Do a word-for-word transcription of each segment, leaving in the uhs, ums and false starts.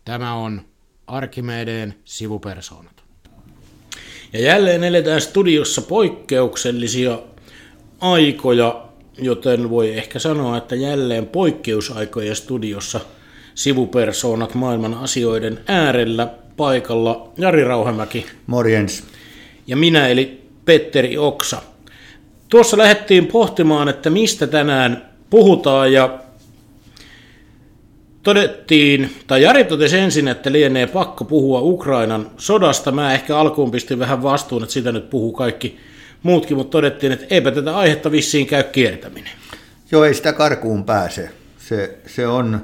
Tämä on Arkimedeen sivupersoonat. Ja jälleen eletään studiossa poikkeuksellisia aikoja, joten voi ehkä sanoa, että jälleen poikkeusaikojen studiossa sivupersoonat maailman asioiden äärellä paikalla Jari Rauhamäki. Morjens. Ja minä eli Petteri Oksa. Tuossa lähdettiin pohtimaan, että mistä tänään puhutaan ja todettiin, tai Jari totesi ensin, että lienee pakko puhua Ukrainan sodasta. Mä ehkä alkuun pistin vähän vastuun, että sitä nyt puhuu kaikki muutkin, mutta todettiin, että eipä tätä aihetta vissiin käy kiertäminen. Joo, ei sitä karkuun pääse. Se, se, on,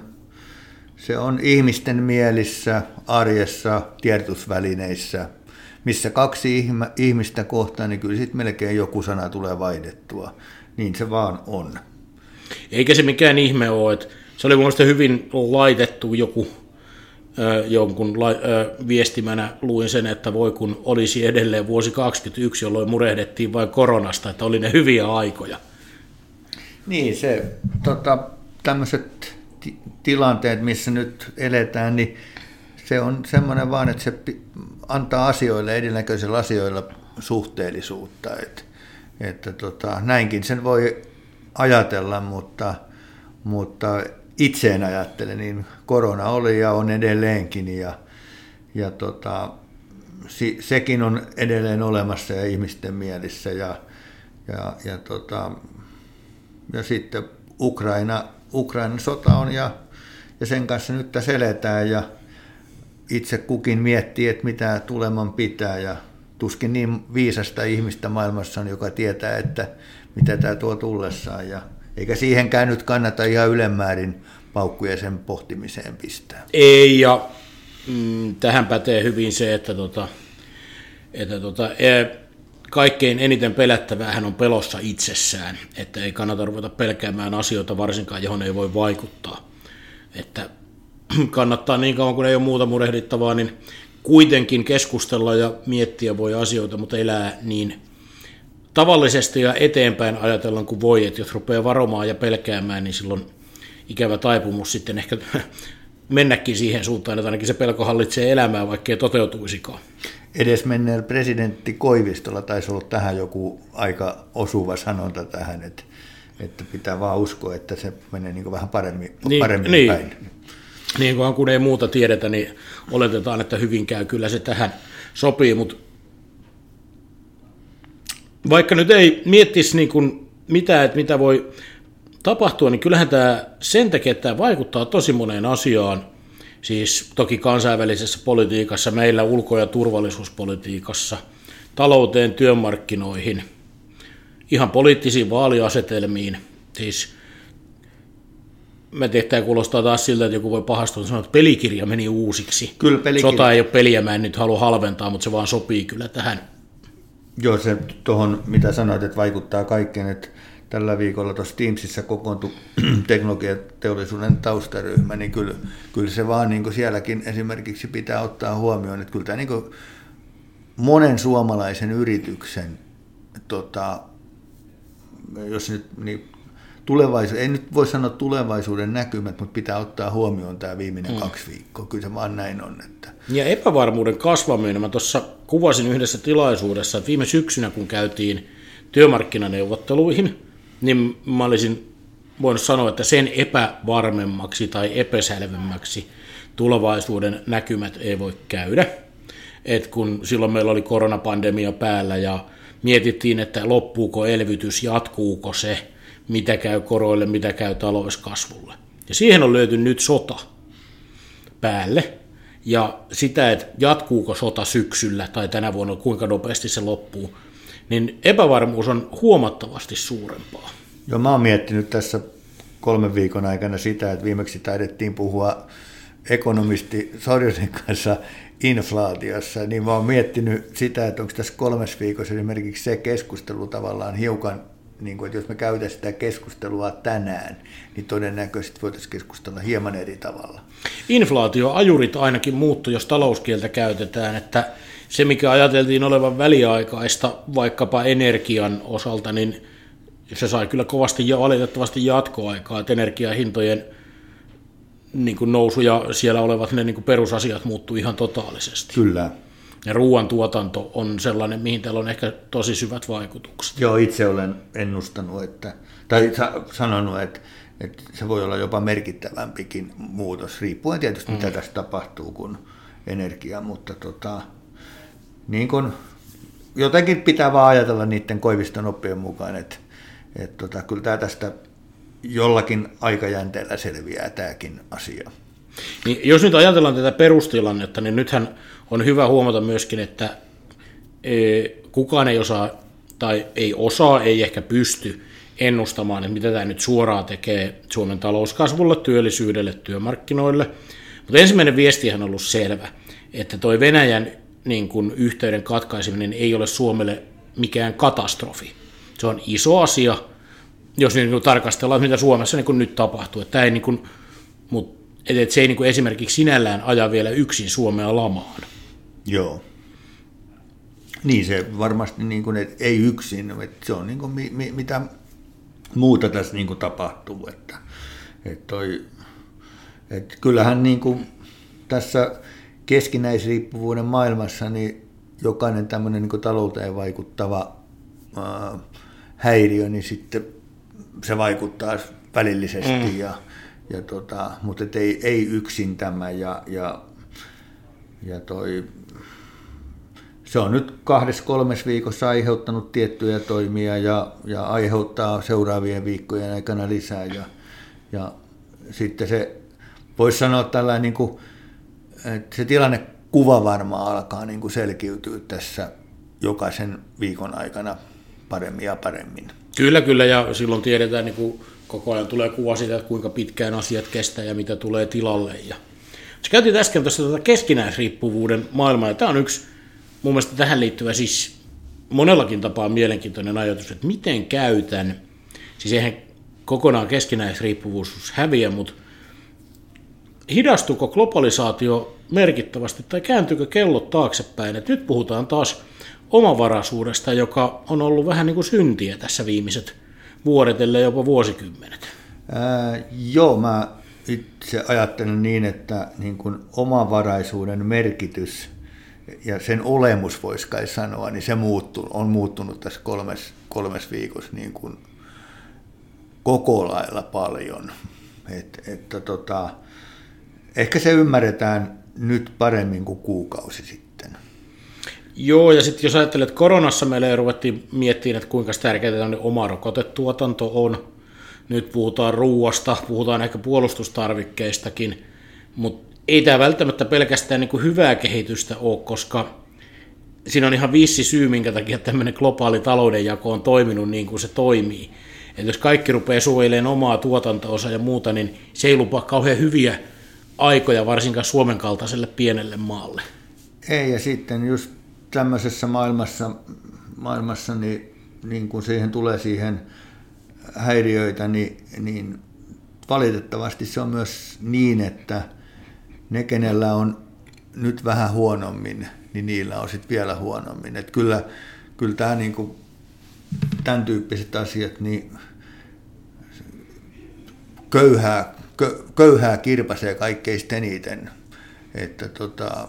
se on ihmisten mielissä, arjessa, tiedotusvälineissä. Missä kaksi ihmistä kohtaa, niin kyllä sitten melkein joku sana tulee vaihdettua. Niin se vaan on. Eikä se mikään ihme ole, että se oli mielestäni hyvin laitettu joku ö, jonkun la, ö, viestimänä luin sen, että voi kun olisi edelleen vuosi kaksikymmentäyksi, jolloin murehdettiin vain koronasta, että oli ne hyviä aikoja. Niin, se tota, tämmöiset t- tilanteet, missä nyt eletään, niin se on semmoinen vaan, että se antaa asioille, erinäköisillä asioilla suhteellisuutta. Että, että tota, näinkin sen voi ajatella, mutta, mutta itse en ajattele, niin korona oli ja on edelleenkin ja, ja tota, si, sekin on edelleen olemassa ja ihmisten mielissä ja, ja, ja, tota, ja sitten Ukraina, Ukrainan sota on ja, ja sen kanssa nyt tässä eletään ja itse kukin miettii, että mitä tuleman pitää ja tuskin niin viisasta ihmistä maailmassa on, joka tietää, että mitä tämä tuo tullessaan. Ja eikä siihenkään nyt kannata ihan ylemmäärin paukkuja sen pohtimiseen pistää. Ei, ja mm, tähän pätee hyvin se, että, tota, että tota, kaikkein eniten pelättäväähän on pelossa itsessään, että ei kannata ruveta pelkäämään asioita varsinkaan, johon ei voi vaikuttaa. Että kannattaa niin kauan, kun ei ole muuta murehdittavaa, niin kuitenkin keskustella ja miettiä voi asioita, mutta elää niin tavallisesti ja eteenpäin ajatellaan kuin voi, että jos rupeaa varomaan ja pelkäämään, niin silloin ikävä taipumus sitten ehkä mennäkin siihen suuntaan, että ainakin se pelko hallitsee elämää, vaikkei toteutuisikaan. Edesmenneellä presidentti Koivistolla taisi olla tähän joku aika osuva sanonta tähän, että, että pitää vaan uskoa, että se menee niin kuin vähän paremmin, niin, paremmin niin. päin. Niin kuin kun ei muuta tiedetä, niin oletetaan, että hyvin käy. Kyllä se tähän sopii, mutta vaikka nyt ei miettisi niin kuin mitään, että mitä voi tapahtua, niin kyllähän tämä sen takia, että tämä vaikuttaa tosi moneen asiaan. Siis toki kansainvälisessä politiikassa, meillä ulko- ja turvallisuuspolitiikassa, talouteen, työmarkkinoihin, ihan poliittisiin vaaliasetelmiin. Siis mä tehtäen kuulostaa taas siltä, että joku voi pahastua ja sanoa, että pelikirja meni uusiksi. Kyllä pelikirja. Sota ei ole peliä, mä en nyt halua halventaa, mutta se vaan sopii kyllä tähän. Joo, se tuohon, mitä sanoit, että vaikuttaa kaikkeen, että tällä viikolla tuossa Teamsissa kokoontui teknologiateollisuuden taustaryhmä, niin kyllä, kyllä se vaan niin kuin sielläkin esimerkiksi pitää ottaa huomioon, että kyllä tämä niin kuin monen suomalaisen yrityksen, tota, jos nyt niin tulevaisuus, ei nyt voi sanoa tulevaisuuden näkymät, mutta pitää ottaa huomioon tämä viimeinen mm. kaksi viikkoa. Kyllä se vaan näin on. Että. Ja epävarmuuden kasvaminen. Mä tuossa kuvasin yhdessä tilaisuudessa, että viime syksynä, kun käytiin työmarkkinaneuvotteluihin, niin mä olisin voinut sanoa, että sen epävarmemmaksi tai epäselvemmäksi tulevaisuuden näkymät ei voi käydä. Et kun silloin meillä oli koronapandemia päällä ja mietittiin, että loppuuko elvytys, jatkuuko se, mitä käy koroille, mitä käy talouskasvulle. Ja siihen on löytynyt nyt sota päälle, ja sitä, että jatkuuko sota syksyllä tai tänä vuonna, kuinka nopeasti se loppuu, niin epävarmuus on huomattavasti suurempaa. Joo, mä oon miettinyt tässä kolmen viikon aikana sitä, että viimeksi taidettiin puhua ekonomisti Sorjosen kanssa inflaatiossa, niin mä oon miettinyt sitä, että onko tässä kolmes viikossa esimerkiksi se keskustelu tavallaan hiukan, niin kuin, että jos me käytäisiin sitä keskustelua tänään, niin todennäköisesti voitaisiin keskustella hieman eri tavalla. Inflaatioajurit ainakin muuttui, jos talouskieltä käytetään, että se mikä ajateltiin olevan väliaikaista vaikkapa energian osalta, niin se sai kyllä kovasti ja valitettavasti jatkoaikaa, että energiahintojen niin kuin nousu ja siellä olevat ne niin kuin perusasiat muuttuu ihan totaalisesti. Kyllä. Ja ruoantuotanto on sellainen, mihin täällä on ehkä tosi syvät vaikutukset. Joo, itse olen ennustanut, että, tai sanonut, että, että se voi olla jopa merkittävämpikin muutos, riippuen tietysti mm. mitä tässä tapahtuu kuin energia, mutta tota, niin kun, jotenkin pitää vaan ajatella niiden Koiviston oppien mukaan, että, että tota, kyllä tämä tästä jollakin aikajänteellä selviää tämäkin asia. Niin, jos nyt ajatellaan tätä perustilannetta, niin nythän on hyvä huomata myöskin, että kukaan ei osaa tai ei osaa, ei ehkä pysty ennustamaan, että mitä tämä nyt suoraan tekee Suomen talouskasvulle, työllisyydelle, työmarkkinoille. Mutta ensimmäinen viestihän on ollut selvä, että toi Venäjän niin kun yhteyden katkaiseminen ei ole Suomelle mikään katastrofi. Se on iso asia, jos niin tarkastellaan, mitä Suomessa niin nyt tapahtuu. Että ei, niin kun, mut, et se ei niin esimerkiksi sinällään aja vielä yksin Suomea lamaan. Joo. Niin se varmasti, niin kuin, että ei yksin, että se on niin kuin, mi, mitä muuta tässä niin kuin tapahtuu. Että, että toi, että kyllähän niin kuin tässä keskinäisriippuvuuden maailmassa niin jokainen tämmöinen niin kuin talouteen vaikuttava ää, häiriö, niin sitten se vaikuttaa välillisesti, mm. ja, ja tota, mutta ei, ei yksin tämä. Ja, ja, ja toi, se on nyt kahdessa kolmes viikossa aiheuttanut tiettyjä toimia ja, ja aiheuttaa seuraavien viikkojen aikana lisää. Ja, ja sitten se voisi sanoa tällainen, niin kuin, että se tilannekuva varmaan alkaa niin kuin selkiytyä tässä jokaisen viikon aikana paremmin ja paremmin. Kyllä, kyllä, ja silloin tiedetään, niin kuin koko ajan tulee kuva siitä, että kuinka pitkään asiat kestää ja mitä tulee tilalle. Ja se käytiin äsken tuossa tuota keskinäisriippuvuuden maailmaa, ja tämä on yksi mun mielestä tähän liittyvä siis monellakin tapaa mielenkiintoinen ajatus, että miten käytän, siis eihän kokonaan keskinäisriippuvuus häviä, mutta hidastuuko globalisaatio merkittävästi tai kääntyykö kellot taaksepäin, että nyt puhutaan taas omavaraisuudesta, joka on ollut vähän niin kuin syntiä tässä viimeiset vuodet, ellei jopa vuosikymmenet. Ää, joo, mä itse ajattelen niin, että niin kuin omavaraisuuden merkitys ja sen olemus, voisi kai sanoa, niin se muuttu, on muuttunut tässä kolmes, kolmes viikossa niin kuin koko lailla paljon. Et, että tota, ehkä se ymmärretään nyt paremmin kuin kuukausi sitten. Joo, ja sitten jos ajattelet, että koronassa meille ruvettiin miettimään, että kuinka tärkeää oma rokotetuotanto on. Nyt puhutaan ruuasta, puhutaan ehkä puolustustarvikkeistakin, mutta ei tämä välttämättä pelkästään niin kuin hyvää kehitystä ole, koska siinä on ihan vissi syy, minkä takia tämmöinen globaali taloudenjako on toiminut niin kuin se toimii. Et jos kaikki rupeaa suojelemaan omaa tuotanto-osaa ja muuta, niin se ei lupaa kauhean hyviä aikoja, varsinkaan Suomen kaltaiselle pienelle maalle. Ei, ja sitten just tämmöisessä maailmassa, maailmassa niin, niin kun siihen tulee siihen häiriöitä, niin, niin valitettavasti se on myös niin, että ne, kenellä on nyt vähän huonommin, niin niillä on sitten vielä huonommin. Et kyllä, kyllä tämä niin kuin, tämän tyyppiset asiat, niin köyhää, kö, köyhää kirpaisee kaikkein eniten. Että tota,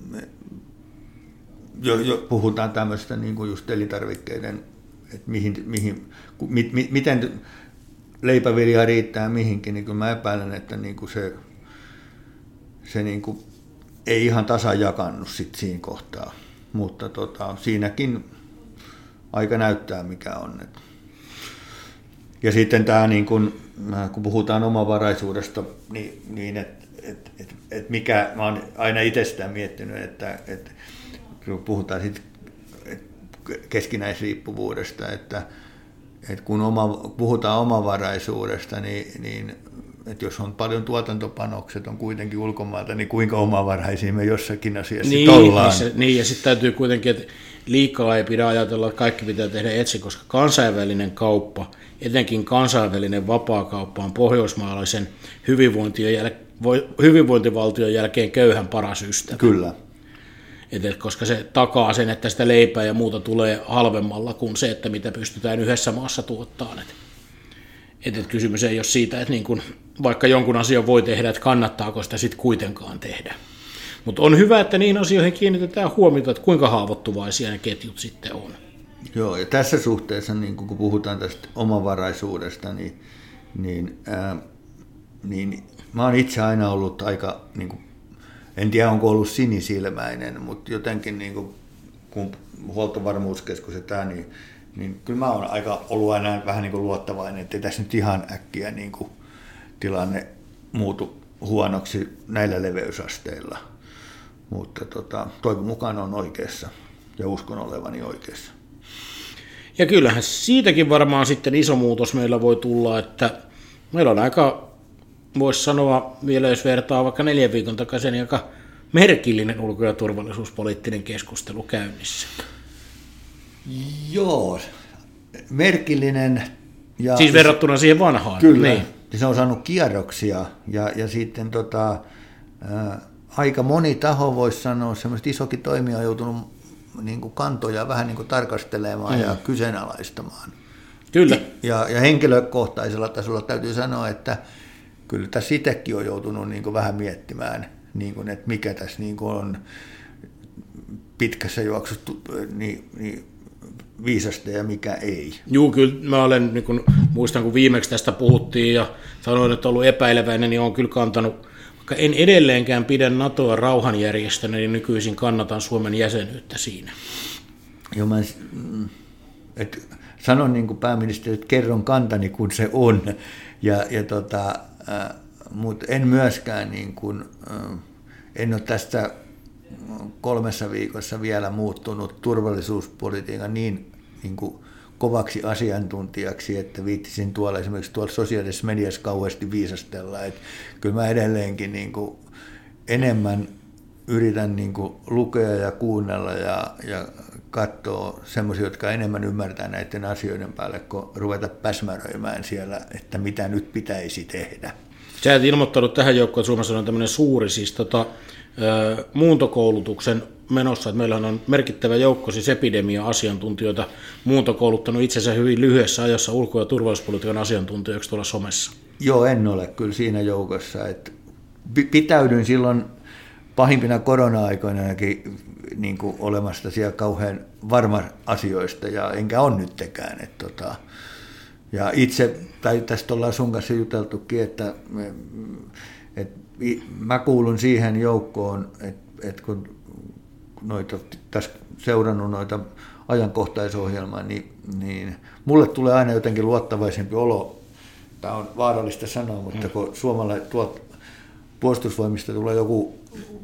jo, jo puhutaan tämmöistä niin kuin just elintarvikkeiden, että mihin, mihin, mi, mi, miten leipäviljaa riittää mihinkin, niin kyllä mä epäilen, että niin kuin se se niin kuin ei ihan tasan jakannut sit siinä kohtaa, mutta tota, siinäkin aika näyttää mikä on. Ja sitten tämä, niin kuin, kun puhutaan omavaraisuudesta, niin, niin että et, et, et mikä, mä oon aina itse sitä miettinyt, että et, kun puhutaan sit keskinäisriippuvuudesta, että et kun oma, puhutaan omavaraisuudesta, niin, niin että jos on paljon tuotantopanokset on kuitenkin ulkomailta, niin kuinka omavaraisia me jossakin asiassa niin, ollaan. Niin, se, niin, ja sitten täytyy kuitenkin, että liikaa ei pidä ajatella, että kaikki pitää tehdä etsi, koska kansainvälinen kauppa, etenkin kansainvälinen vapaakauppa on pohjoismaalaisen hyvinvointivaltion jälkeen köyhän paras ystävä. Kyllä. Et, koska se takaa sen, että sitä leipää ja muuta tulee halvemmalla kuin se, että mitä pystytään yhdessä maassa tuottamaan. Et, Että kysymys ei ole siitä, että niin kun, vaikka jonkun asian voi tehdä, että kannattaako sitä sitten kuitenkaan tehdä. Mutta on hyvä, että niihin asioihin kiinnitetään huomiota, että kuinka haavoittuvaisia ne ketjut sitten on. Joo, ja tässä suhteessa, niin kun puhutaan tästä omavaraisuudesta, niin, niin, ää, niin mä oon itse aina ollut aika, niin kuin, en tiedä onko ollut sinisilmäinen, mutta jotenkin niin kuin, kun huoltovarmuuskeskus ja tämä, niin, niin kyllä mä oon aika ollut aina vähän niin kuin luottavainen, että ei tässä nyt ihan äkkiä niin kuin, tilanne muutu huonoksi näillä leveysasteilla. Mutta tota, toivon mukaan on oikeassa ja uskon olevani oikeassa. Ja kyllähän siitäkin varmaan sitten iso muutos meillä voi tulla, että meillä on aika, voisi sanoa vielä jos vertaa vaikka neljän viikon takaisin, aika merkillinen ulko- ja turvallisuuspoliittinen keskustelu käynnissä. Joo, merkillinen. Ja siis verrattuna siihen vanhaan. Kyllä, niin. Se on saanut kierroksia ja, ja sitten tota, ää, aika moni taho voisi sanoa, semmoiset isokin toimija on joutunut niin kuin kantoja vähän niin kuin tarkastelemaan mm. ja kyseenalaistamaan. Kyllä. Ja, ja henkilökohtaisella tasolla täytyy sanoa, että kyllä tässä itsekin on joutunut niin kuin vähän miettimään, niin kuin, että mikä tässä niin kuin on pitkässä juoksussa niin, niin viisasta ja mikä ei. Juu, kyllä mä olen, niin kun, muistan kun viimeksi tästä puhuttiin ja sanoin, että ollut epäileväinen, niin olen kyllä kantanut, vaikka en edelleenkään pidä NATOa rauhanjärjestönä, niin nykyisin kannatan Suomen jäsenyyttä siinä. Joo, mä et, sanon niin kuin pääministeri, että kerron kantani kun se on, ja, ja tota, äh, mutta en myöskään, niin kuin, äh, en ole tästä kolmessa viikossa vielä muuttunut turvallisuuspolitiikan niin, niin kuin kovaksi asiantuntijaksi, että viittisin tuolla esimerkiksi tuolla sosiaalisessa mediassa kauheasti viisastella. Että kyllä mä edelleenkin niin kuin enemmän yritän niin kuin lukea ja kuunnella ja, ja katsoa semmoisia, jotka enemmän ymmärtää näiden asioiden päälle, kun ruveta päsmäröimään siellä, että mitä nyt pitäisi tehdä. Sä et ilmoittanut tähän joukkoon, että Suomessa on tämmöinen suuri siis tota, ö, muuntokoulutuksen menossa, että meillähän on merkittävä joukko siis epidemia-asiantuntijoita muuntokouluttanut itsensä hyvin lyhyessä ajassa ulko- ja turvallisuuspolitiikan asiantuntijoiksi tuolla somessa. Joo, en ole kyllä siinä joukossa. Että pitäydyin silloin pahimpina korona-aikoinakin niin kuin olemasta siellä kauhean varma asioista, ja enkä ole nyttekään. Että tota, ja itse, tai tästä ollaan sun kanssa juteltukin, että, että mä kuulun siihen joukkoon, että, että kun noita, tässä seurannut noita ajankohtaisohjelmaa, niin, niin mulle tulee aina jotenkin luottavaisempi olo. Tämä on vaarallista sanoa, mutta kun suomalaiset tuolta puolustusvoimista tulee joku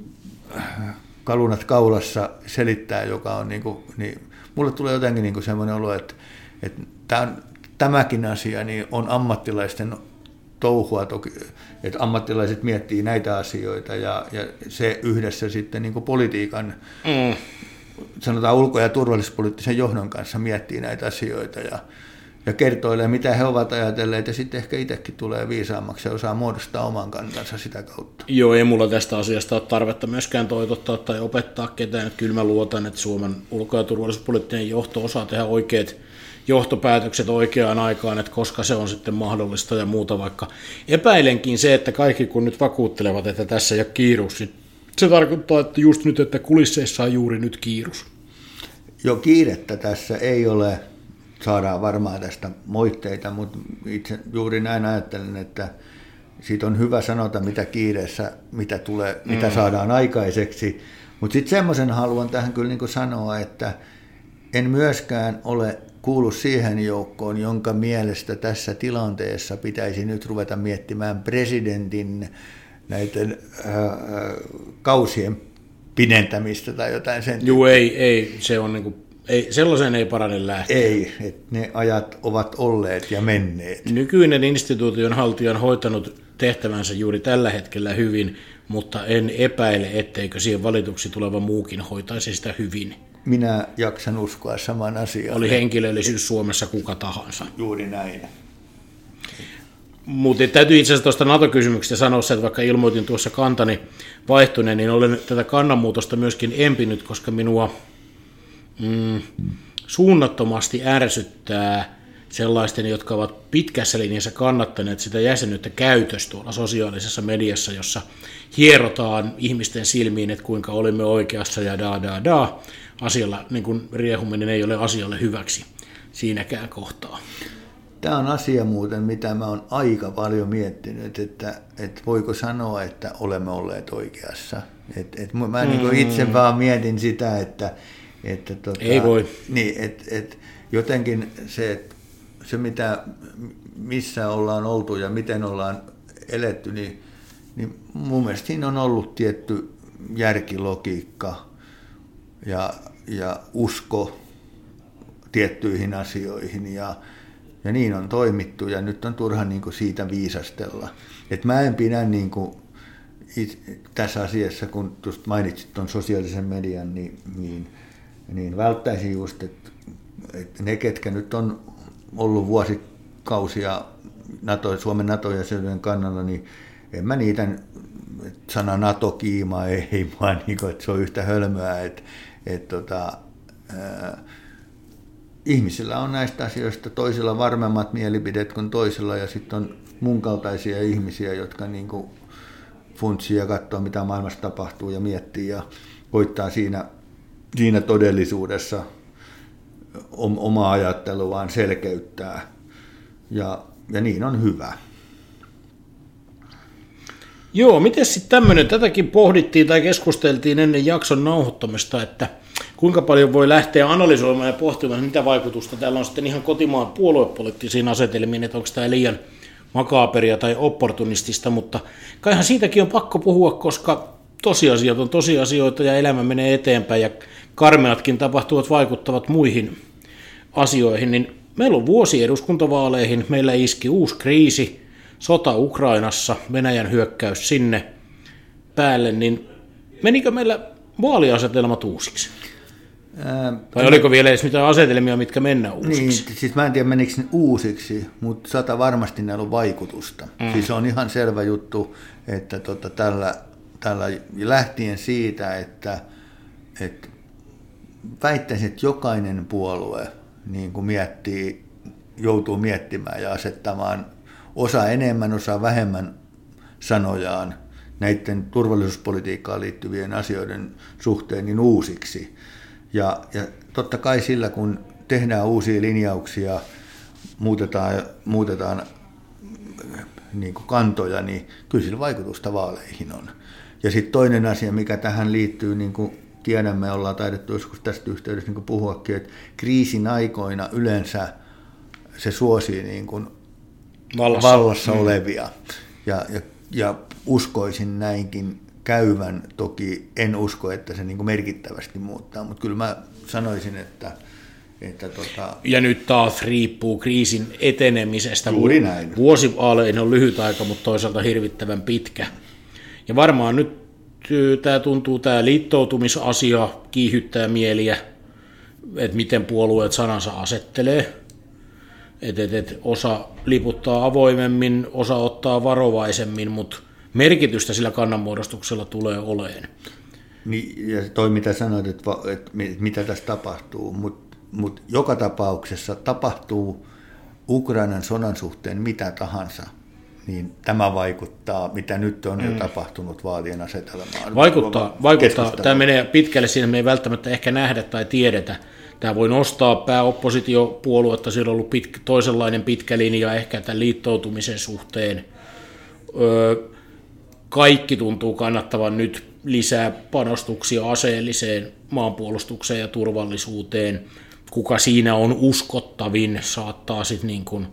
kalunat kaulassa selittää, joka on niin kuin, niin mulle tulee jotenkin niin kuin semmoinen olo, että, että tämä on, tämäkin asia niin on ammattilaisten touhua toki, että ammattilaiset miettii näitä asioita ja, ja se yhdessä sitten niin kuin politiikan, mm. sanotaan ulko- ja turvallisuuspoliittisen johdon kanssa miettii näitä asioita ja, ja kertoilee, mitä he ovat ajatelleet, ja sitten ehkä itsekin tulee viisaammaksi ja osaa muodostaa oman kantansa sitä kautta. Joo, ei mulla tästä asiasta ole tarvetta myöskään toitottaa tai opettaa ketään. Kyllä mä luotan, että Suomen ulko- ja turvallisuuspoliittinen johto osaa tehdä oikeat johtopäätökset oikeaan aikaan, että koska se on sitten mahdollista ja muuta, vaikka epäilenkin se, että kaikki kun nyt vakuuttelevat, että tässä ei ole kiirus, niin se tarkoittaa, että just nyt, että kulisseissa on juuri nyt kiirus. Joo, kiirettä tässä ei ole, saadaan varmaan tästä moitteita, mutta itse juuri näin ajattelen, että siitä on hyvä sanota, mitä kiireessä, mitä, tulee, mm. mitä saadaan aikaiseksi, mutta sitten semmoisen haluan tähän kyllä niin kuin sanoa, että en myöskään ole kuullut siihen joukkoon, jonka mielestä tässä tilanteessa pitäisi nyt ruveta miettimään presidentin näiden äh, kausien pidentämistä tai jotain sen. Joo, ei, ei, se on niin kuin, ei, sellaiseen ei parane lähteä. Ei, että ne ajat ovat olleet ja menneet. Nykyinen instituution haltija on hoitanut tehtävänsä juuri tällä hetkellä hyvin, mutta en epäile, etteikö siihen valituksi tuleva muukin hoitaisi sitä hyvin. Minä jaksan uskoa saman asiaan. Oli henkilöllisyys Suomessa kuka tahansa. Juuri näin. Mutta täytyy itse asiassa tuosta NATO-kysymyksestä sanoa, että vaikka ilmoitin tuossa kantani vaihtuneen, niin olen tätä kannanmuutosta myöskin empinyt, koska minua mm, suunnattomasti ärsyttää sellaisten, jotka ovat pitkässä linjassa kannattaneet sitä jäsenyyttä käytössä tuolla sosiaalisessa mediassa, jossa hierotaan ihmisten silmiin, että kuinka olimme oikeassa ja da da da. Asialla, niin kuin riehuminen ei ole asialle hyväksi siinäkään kohtaa. Tämä on asia muuten, mitä mä oon aika paljon miettinyt, että, että voiko sanoa, että olemme olleet oikeassa. Et, et mä mm. niin itse vaan mietin sitä, että, että tota, ei voi. Niin, et, et jotenkin se, että se mitä, missä ollaan oltu ja miten ollaan eletty, niin, niin mun mielestä siinä on ollut tietty järkilogiikka ja, ja usko tiettyihin asioihin ja, ja niin on toimittu ja nyt on turha niin kuin siitä viisastella. Et mä en pidä niin kuin tässä asiassa, kun just mainitsit tuon sosiaalisen median, niin, niin, niin välttäisin just, että, että ne, ketkä nyt on ollut vuosikausia NATO, Suomen NATO-jäsenyyden kannalla, niin en mä niitä sana NATO-kiima, ei vaan niin kuin, että se on yhtä hölmöä, että, että tota, ää, ihmisillä on näistä asioista toisilla varmemmat mielipidet kuin toisilla, ja sitten on mun kaltaisia ihmisiä, jotka niin kuin funtsii ja katsoo, mitä maailmassa tapahtuu ja miettii ja koittaa siinä, siinä todellisuudessa omaa ajatteluaan selkeyttää. Ja, ja niin on hyvä. Joo, miten sitten tämmöinen, tätäkin pohdittiin tai keskusteltiin ennen jakson nauhoittamista, että kuinka paljon voi lähteä analysoimaan ja pohtimaan, mitä vaikutusta täällä on sitten ihan kotimaan puoluepoliittisiin asetelmiin, että onko tämä liian makaaperia tai opportunistista, mutta kaihan siitäkin on pakko puhua, koska tosiasiat on tosiasioita ja elämä menee eteenpäin ja karmeatkin tapahtuvat vaikuttavat muihin asioihin, niin meillä on vuosi eduskuntavaaleihin, meillä iski uusi kriisi, sota Ukrainassa, Venäjän hyökkäys sinne päälle, niin menikö meillä vaaliasetelmat uusiksi? Ää, Vai oliko vielä edes mitään asetelmia, mitkä mennään uusiksi? Niin, siis mä en tiedä menikö ne uusiksi, mutta sata varmasti näillä on vaikutusta. Mm. Siis on ihan selvä juttu, että tota, tällä, tällä lähtien siitä, että, että väittäisin, että jokainen puolue niin kuin miettii, joutuu miettimään ja asettamaan osa enemmän, osa vähemmän sanojaan näiden turvallisuuspolitiikkaan liittyvien asioiden suhteen niin uusiksi. Ja, ja totta kai sillä, kun tehdään uusia linjauksia, muutetaan, muutetaan niin kuin kantoja, niin kyllä sillä vaikutusta vaaleihin on. Ja sitten toinen asia, mikä tähän liittyy, niin kuin tiedämme, ollaan taidettu joskus tästä yhteydessä niin kuin puhuakin, että kriisin aikoina yleensä se suosii niin kuin vallassa, vallassa olevia. Ja, ja, ja uskoisin näinkin käyvän, toki en usko, että se niin kuin merkittävästi muuttaa, mutta kyllä mä sanoisin, että... että tota... Ja nyt taas riippuu kriisin etenemisestä. Juuri näin. Vuosivaalein on lyhyt aika, mutta toisaalta hirvittävän pitkä. Ja varmaan nyt tämä tuntuu, tämä liittoutumisasia kiihyttää mieliä, että miten puolueet sanansa asettelee. Et, et, et osa liputtaa avoimemmin, osa ottaa varovaisemmin, mutta merkitystä sillä kannanmuodostuksella tulee oleen. Niin, ja toi mitä sanoit, että, että mitä tässä tapahtuu, mutta mut joka tapauksessa tapahtuu Ukrainan sodan suhteen mitä tahansa, niin tämä vaikuttaa, mitä nyt on mm. jo tapahtunut vaalien asetelmaan. Vaikuttaa, vaikuttaa. Tämä menee pitkälle siinä, me ei välttämättä ehkä nähdä tai tiedetä. Tämä voi nostaa pääoppositiopuoluetta, siellä on ollut pitkä, toisenlainen pitkä linja ehkä tämän liittoutumisen suhteen. Öö, kaikki tuntuu kannattavan nyt lisää panostuksia aseelliseen maanpuolustukseen ja turvallisuuteen. Kuka siinä on uskottavin, saattaa sitten niin kuin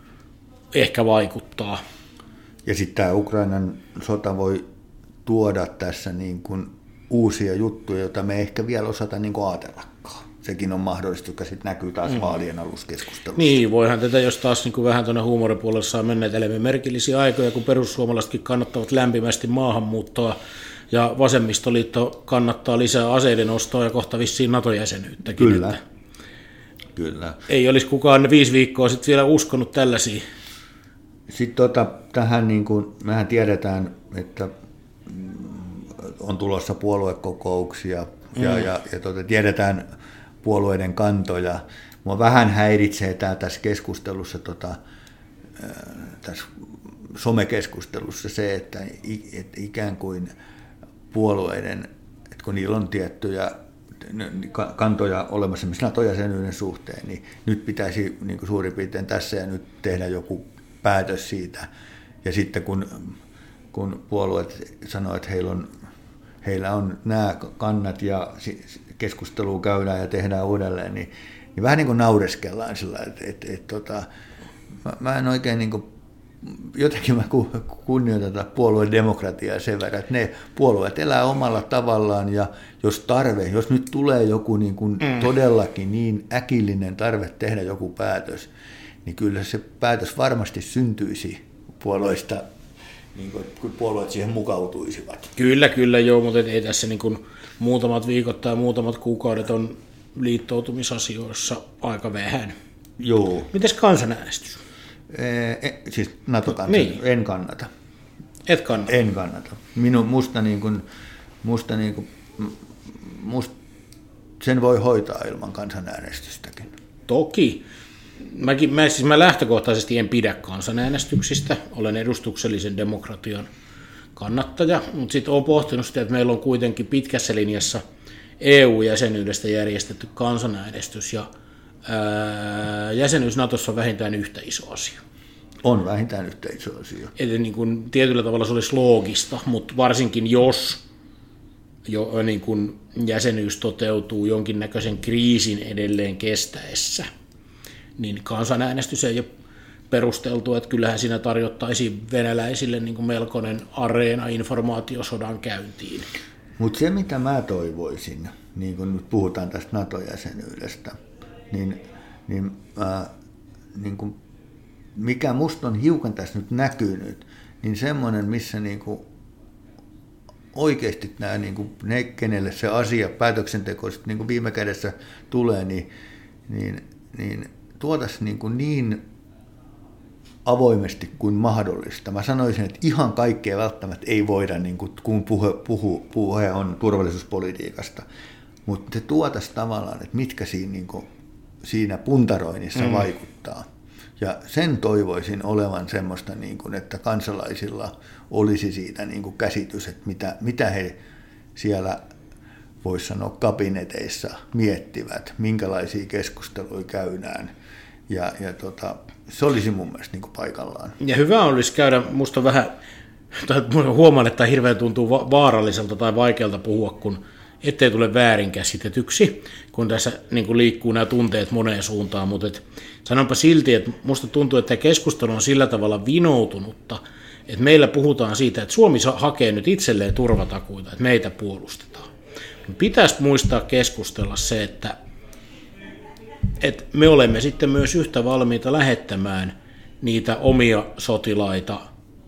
ehkä vaikuttaa. Ja sitten tämä Ukrainan sota voi tuoda tässä niin kuin uusia juttuja, joita me ehkä vielä osata niin kuin ajatellakaan. Sekin on mahdollista, joka sitten näkyy taas mm. vaalien aluskeskustelussa. Niin, voihan tätä, jos taas niin kuin vähän tuonne huumoripuolelle saa menneet elämme merkillisiä aikoja, kun perussuomalaisetkin kannattavat lämpimästi maahanmuuttoa ja vasemmistoliitto kannattaa lisää aseiden ostoa ja kohta vissiin NATO-jäsenyyttäkin. Kyllä. Että Kyllä. Ei olisi kukaan viisi viikkoa sitten vielä uskonut tällaisia. Sitten tota, tähän, niin kuin, mehän tiedetään, että on tulossa puoluekokouksia ja, mm. ja, ja tota, tiedetään puolueiden kantoja, mua vähän häiritsee tää tässä keskustelussa, tota, tässä somekeskustelussa se, että, että ikään kuin puolueiden, että kun niillä on tiettyjä kantoja olemassa esimerkiksi NATO-jäsenyyden suhteen, niin nyt pitäisi niin kuin suurin piirtein tässä ja nyt tehdä joku päätös siitä. Ja sitten kun, kun puolueet sanoo, että heillä on, heillä on nämä kannat ja keskustelua käydään ja tehdään uudelleen, niin, niin vähän niin kuin naureskellaan sillä, että, että, että, että mä, mä en oikein niin kuin, jotenkin mä kunnioitan puolueen demokratiaa sen verran, että ne puolueet elää omalla tavallaan ja jos tarve, jos nyt tulee joku niin kuin mm. todellakin niin äkillinen tarve tehdä joku päätös, niin kyllä se päätös varmasti syntyisi puolueista, niin kuin, kun puolueet siihen mukautuisivat. Kyllä, kyllä joo, mutta ei tässä niin kuin muutamat viikot tai muutamat kuukaudet on liittoutumisasioissa aika vähän. Joo. Mites kansanäänestys? E, siis NATO-kansan, niin. En kannata. Et kannata? En kannata. Minun, musta, niin kuin, musta, niin kuin, musta sen voi hoitaa ilman kansanäänestystäkin. Toki. Mäkin, mä, siis mä lähtökohtaisesti en pidä kansanäänestyksistä, olen edustuksellisen demokratian kannattaja, mutta sitten olen pohtinut sitä, että meillä on kuitenkin pitkässä linjassa E U-jäsenyydestä järjestetty kansanäänestys ja ää, jäsenyys Natossa on vähintään yhtä iso asia. On vähintään yhtä iso asia. Eli niin kuin tietyllä tavalla se olisi loogista, mutta varsinkin jos jo, niin kuin jäsenyys toteutuu jonkinnäköisen kriisin edelleen kestäessä, niin kansanäänestys ei ole perusteltu, että kyllähän siinä tarjottaisiin venäläisille niin kuin melkoinen areena informaatiosodan käyntiin. Mutta se, mitä mä toivoisin, niin kun nyt puhutaan tästä NATO-jäsenyydestä, niin, niin, äh, niin kun, mikä musta on hiukan tässä nyt näkynyt, niin semmoinen, missä niin kun oikeasti nämä, niin kun ne, kenelle se asia, päätöksenteko niin kun viime kädessä tulee, niin, niin, niin tuotaisiin niin, kuin niin avoimesti kuin mahdollista. Mä sanoisin, että ihan kaikkea välttämättä ei voida, niin kuin, kun puhe, puhu, puhe on turvallisuuspolitiikasta, mutta se tuotaisiin tavallaan, että mitkä siinä, niin kuin, siinä puntaroinnissa mm. vaikuttaa. Ja sen toivoisin olevan semmoista, niin kuin, että kansalaisilla olisi siitä niin kuin käsitys, että mitä, mitä he siellä, voisi sanoa, kabineteissa miettivät, minkälaisia keskusteluja käydään. Ja, ja tota, se olisi mun mielestä niin kuin paikallaan. Ja hyvä olisi käydä, musta vähän, tai huomaan, että hirveän tuntuu vaaralliselta tai vaikealta puhua, kun ettei tule väärinkäsitetyksi, kun tässä niin kuin liikkuu nämä tunteet moneen suuntaan, mutta et, sanonpa silti, että musta tuntuu, että keskustelu on sillä tavalla vinoutunutta, että meillä puhutaan siitä, että Suomi hakee nyt itselleen turvatakuita, että meitä puolustetaan. Pitäisi muistaa keskustella se, että että me olemme sitten myös yhtä valmiita lähettämään niitä omia sotilaita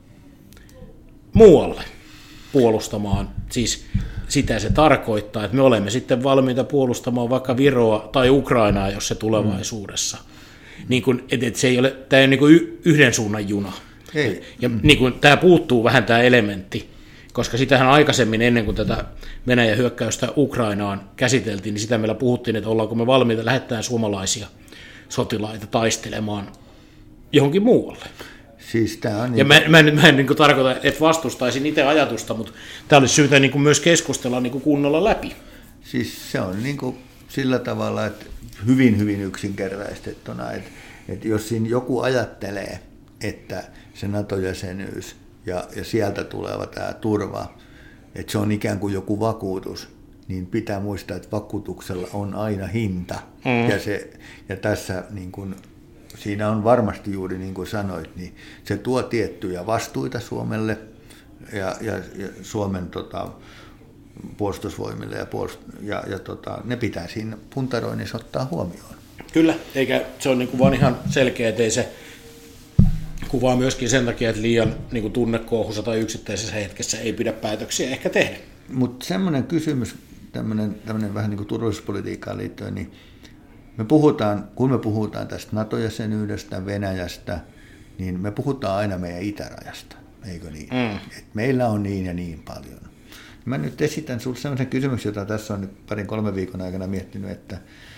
muualle puolustamaan. Siis sitä se tarkoittaa, että me olemme sitten valmiita puolustamaan vaikka Viroa tai Ukrainaa, jos se tulevaisuudessa. Mm. Niin kun, et, et se ei ole, tämä ei ole niin kuin yhden suunnan juna. Ei. Ja mm. niin kun, tämä puuttuu vähän tämä elementti, koska sitähän aikaisemmin ennen kuin tätä Venäjän hyökkäystä Ukrainaan käsiteltiin, niin sitä meillä puhuttiin, että ollaanko me valmiita lähettämään suomalaisia sotilaita taistelemaan johonkin muualle. Siis tämä on ja niin... mä, mä, en, mä en niin kuin tarkoita, että vastustaisin itse ajatusta, mutta tämä olisi syytä niin kuin myös keskustella niin kuin kunnolla läpi. Siis se on niin kuin sillä tavalla, että hyvin hyvin yksinkertaistettuna, että, että jos siinä joku ajattelee, että se NATO-jäsenyys ja, ja sieltä tuleva tämä turva, että se on ikään kuin joku vakuutus, niin pitää muistaa, että vakuutuksella on aina hinta. Mm. Ja, se, ja tässä niin kuin, siinä on varmasti juuri niin kuin sanoit, niin se tuo tiettyjä vastuita Suomelle ja, ja, ja Suomen tota, puolustusvoimille ja, puolust- ja, ja tota, ne pitää siinä puntaroinnissa ottaa huomioon. Kyllä, eikä se on niin kuin vaan ihan selkeä, ettei se kuvaa myöskin sen takia, että liian niin kuin tunnekuohussa tai yksittäisessä hetkessä ei pidä päätöksiä ehkä tehdä. Mutta semmoinen kysymys, tämmöinen, tämmöinen vähän niin kuin turvallisuuspolitiikkaan liittyen, niin me puhutaan, kun me puhutaan tästä NATO-jäsenyydestä, Venäjästä, niin me puhutaan aina meidän itärajasta, eikö niin? Mm. Et meillä on niin ja niin paljon. Mä nyt esitän sinulle sellaisen kysymyksen, jota tässä on nyt parin kolmen viikon aikana miettinyt, että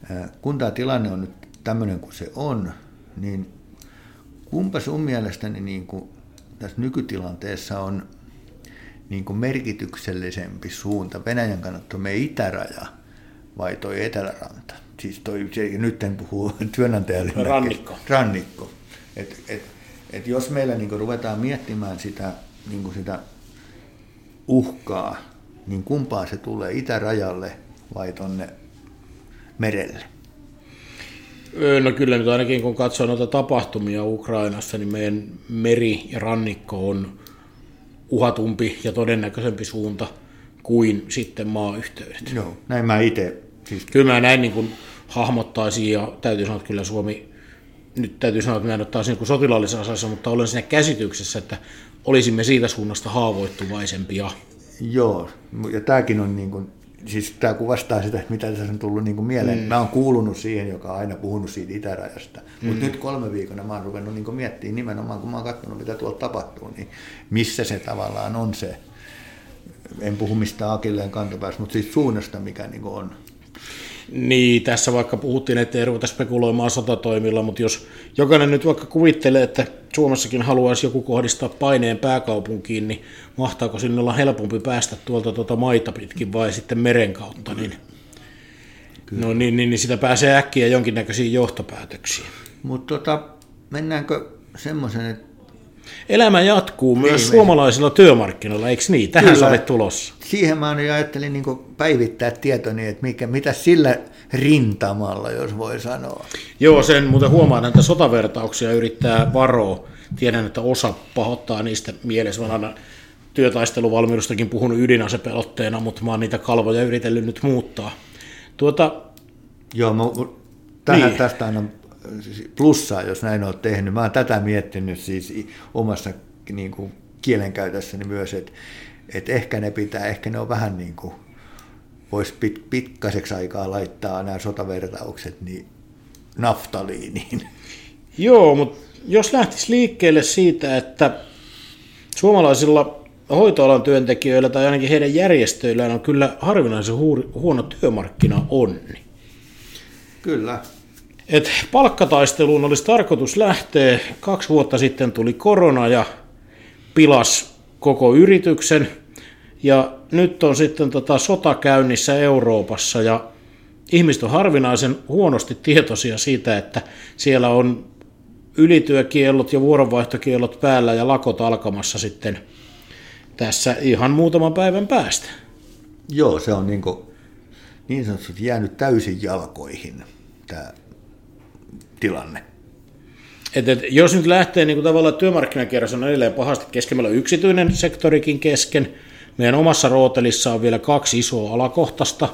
Kun tämä tilanne on nyt tämmöinen kuin se on, niin kumpa sun mielestäni niin kuin tässä nykytilanteessa on niin kuin merkityksellisempi suunta? Venäjän kannalta meidän itäraja vai toi eteläranta? Siis toi, nyt en puhu työnantajalle. Rannikko. Rannikko. Et, et, et jos meillä niin kuin ruvetaan miettimään sitä, niin kuin sitä uhkaa, niin kumpaa se tulee, itärajalle vai tonne merelle? No kyllä nyt ainakin kun katsoo noita tapahtumia Ukrainassa, niin meidän meri ja rannikko on uhatumpi ja todennäköisempi suunta kuin sitten maayhteydet. Joo, näin mä itse. Siis... Kyllä mä näin niin kuin hahmottaisin ja täytyy sanoa, että kyllä Suomi, nyt täytyy sanoa, että mä en ole taas niin kuin sotilaallisessa asiassa, mutta olen siinä käsityksessä, että olisimme siitä suunnasta haavoittuvaisempia. Joo, ja tämäkin on niin kuin, siis tämä kuvastaa sitä, että mitä tässä on tullut niin kuin mieleen. Mm. Mä oon kuulunut siihen, joka on aina puhunut siitä itärajasta, mm. mutta nyt kolme viikona mä oon ruvennut niin kuin miettimään nimenomaan, kun mä oon katsonut, mitä tuolla tapahtuu, niin missä se tavallaan on se, en puhu mistään akilleen kantapäästä, mutta siis suunnasta, mikä niin kuin on. Niin, tässä vaikka puhuttiin, että ei ruveta spekuloimaan sotatoimilla, mutta jos jokainen nyt vaikka kuvittelee, että Suomessakin haluaisi joku kohdistaa paineen pääkaupunkiin, niin mahtaako sinne olla helpompi päästä tuolta tuota maita pitkin vai sitten meren kautta, niin, no, niin, niin, niin sitä pääsee äkkiä jonkinnäköisiin johtopäätöksiin. Mutta tota, mennäänkö semmoisen, että elämä jatkuu myös niin, suomalaisilla me... työmarkkinoilla, eikö niin? Tähän kyllä, sä olet tulossa. Siihen mä ajattelin niin päivittää tietoni, että mikä, mitä sillä rintamalla, jos voi sanoa. Joo, sen muuten huomaan, että sotavertauksia yrittää varoa. Tiedän, että osa pahoittaa niistä mielessä. Mä olen aina työtaisteluvalmiustakin puhunut ydinasepelotteena, mutta mä oon niitä kalvoja yritellyt nyt muuttaa. Tuota... Joo, mä, tähän niin. Tästä aina plussaa, jos näin olet tehnyt. Mä oon tätä miettinyt siis omassa niin kuin, kielenkäytössäni myös, että, että ehkä ne pitää, ehkä ne on vähän niin kuin, voisi pit, pitkaiseksi aikaa laittaa nämä sotavertaukset niin naftaliiniin. Joo, mutta jos lähtisi liikkeelle siitä, että suomalaisilla hoitoalan työntekijöillä tai ainakin heidän järjestöillään on kyllä harvinaisen huono työmarkkinaonni. Kyllä. Et palkkataisteluun olisi tarkoitus lähteä. Kaksi vuotta sitten tuli korona ja pilas koko yrityksen. Ja nyt on sitten tota sota käynnissä Euroopassa ja ihmiset on harvinaisen huonosti tietoisia siitä, että siellä on ylityökiellot ja vuoronvaihtokiellot päällä ja lakot alkamassa sitten tässä ihan muutaman päivän päästä. Joo, se on niin, kuin, niin sanotusti jäänyt täysin jalkoihin tämä tilanne. Et, et, jos nyt lähtee niin kuin tavallaan työmarkkinakierros on edelleen pahasti kesken, meillä on yksityinen sektorikin kesken, meidän omassa rootelissa on vielä kaksi isoa alakohtaista,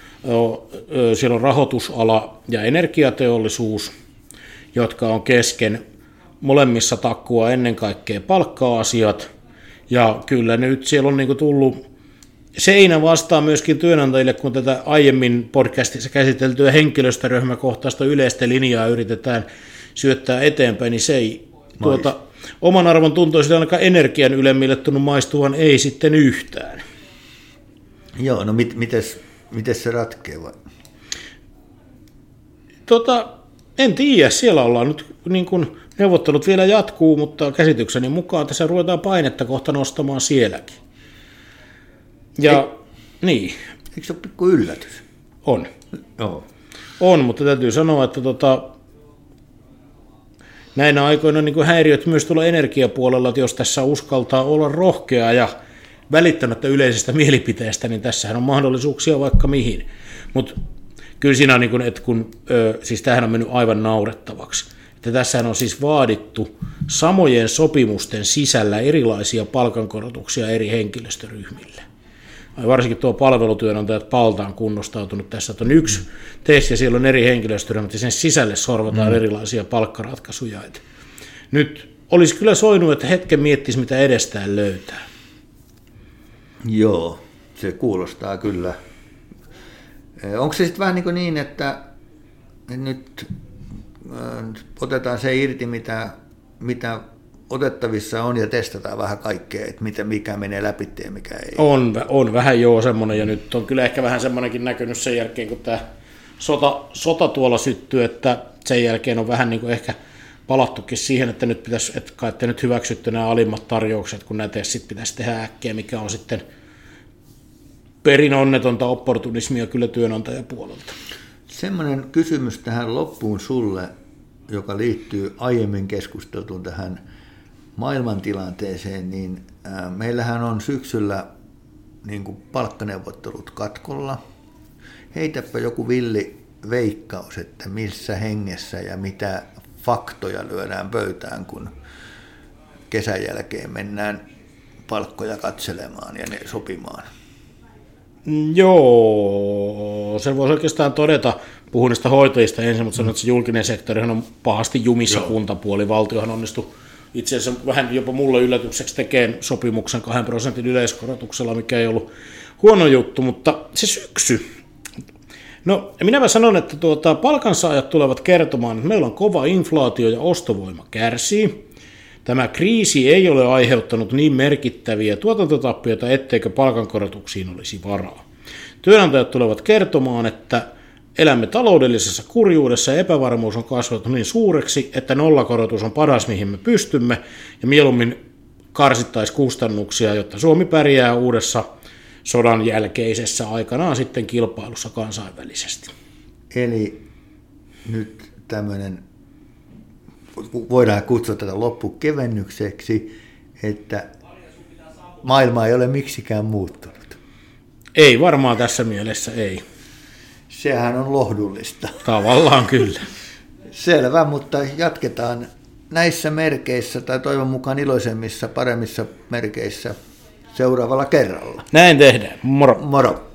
siellä on rahoitusala ja energiateollisuus, jotka on kesken, molemmissa takkua ennen kaikkea palkka-asiat, ja kyllä nyt siellä on niin kuin tullut seinä vastaan myöskin työnantajille, kun tätä aiemmin podcastissa käsiteltyä henkilöstöryhmäkohtaista yleistä linjaa yritetään syöttää eteenpäin, niin se ei tuota, oman arvon tuntoisi ainakaan energian ylemmille tunnu maistuvan, ei sitten yhtään. Joo, no mit, mites, mites se ratkee vai? Tota, en tiedä, siellä ollaan nyt, niin kuin neuvottelut vielä jatkuu, mutta käsitykseni mukaan tässä ruvetaan painetta kohta nostamaan sielläkin. Ja, Ei, niin. Eikö se ole pikku yllätys? On. Joo. On, mutta täytyy sanoa, että tota, näinä aikoina niin kuin häiriöt myös tuolla energiapuolella, että jos tässä uskaltaa olla rohkea ja välittämättä yleisestä mielipiteestä, niin tässähän on mahdollisuuksia vaikka mihin. Mutta kyllä siinä on, niin kuin, että kun, ö, siis tämähän on mennyt aivan naurettavaksi, että tässähän on siis vaadittu samojen sopimusten sisällä erilaisia palkankorotuksia eri henkilöstöryhmille. Varsinkin tuo palvelutyönantajat Palta on kunnostautunut tässä, että on yksi testi ja siellä on eri henkilöstöryhmät ja sen sisälle sorvataan mm. erilaisia palkkaratkaisuja. Et nyt olisi kyllä soinut, että hetken miettisi, mitä edestään löytää. Joo, se kuulostaa kyllä. Onko se sitten vähän niin, niin että nyt otetaan se irti, mitä, mitä otettavissa on ja testataan vähän kaikkea, että mitä, mikä menee läpi ja mikä ei. On, on vähän joo semmoinen ja nyt on kyllä ehkä vähän semmoinenkin näkynyt sen jälkeen, kun tämä sota, sota tuolla syttyi, että sen jälkeen on vähän niin kuin ehkä palattukin siihen, että nyt pitäisi, että kai te nyt hyväksytty nämä alimmat tarjoukset, kun näitä sitten pitäisi tehdä äkkiä, mikä on sitten perin onnetonta opportunismia kyllä työnantajapuolelta. Semmoinen kysymys tähän loppuun sulle, joka liittyy aiemmin keskusteltuun tähän maailmantilanteeseen, niin meillähän on syksyllä niin kuin palkkaneuvottelut katkolla. Heitäpä joku villi veikkaus, että missä hengessä ja mitä faktoja lyödään pöytään, kun kesän jälkeen mennään palkkoja katselemaan ja ne sopimaan. Joo, sen voisi oikeastaan todeta, puhun niistä hoitajista ensin, mutta sanon, että se julkinen sektorihan on pahasti jumissa. Joo. Kuntapuoli. Valtiohan onnistui itse asiassa vähän jopa mulle yllätykseksi tekemään sopimuksen kahden prosentin yleiskorotuksella, mikä ei ollut huono juttu, mutta se syksy. No, minäpä sanon, että tuota, palkansaajat tulevat kertomaan, että meillä on kova inflaatio ja ostovoima kärsii. Tämä kriisi ei ole aiheuttanut niin merkittäviä tuotantotappioita, etteikö palkankorotuksiin olisi varaa. Työnantajat tulevat kertomaan, että elämme taloudellisessa kurjuudessa ja epävarmuus on kasvanut niin suureksi, että nollakorotus on paras, mihin me pystymme, ja mieluummin karsittaisiin kustannuksia, jotta Suomi pärjää uudessa sodan jälkeisessä aikanaan sitten kilpailussa kansainvälisesti. Eli nyt tämmöinen, voidaan kutsua tätä loppukevennykseksi, että maailma ei ole miksikään muuttunut. Ei varmaan tässä mielessä, ei. Sehän on lohdullista. Tavallaan kyllä. Selvä, mutta jatketaan näissä merkeissä tai toivon mukaan iloisemmissa, paremmissa merkeissä seuraavalla kerralla. Näin tehdään. Moro. Moro.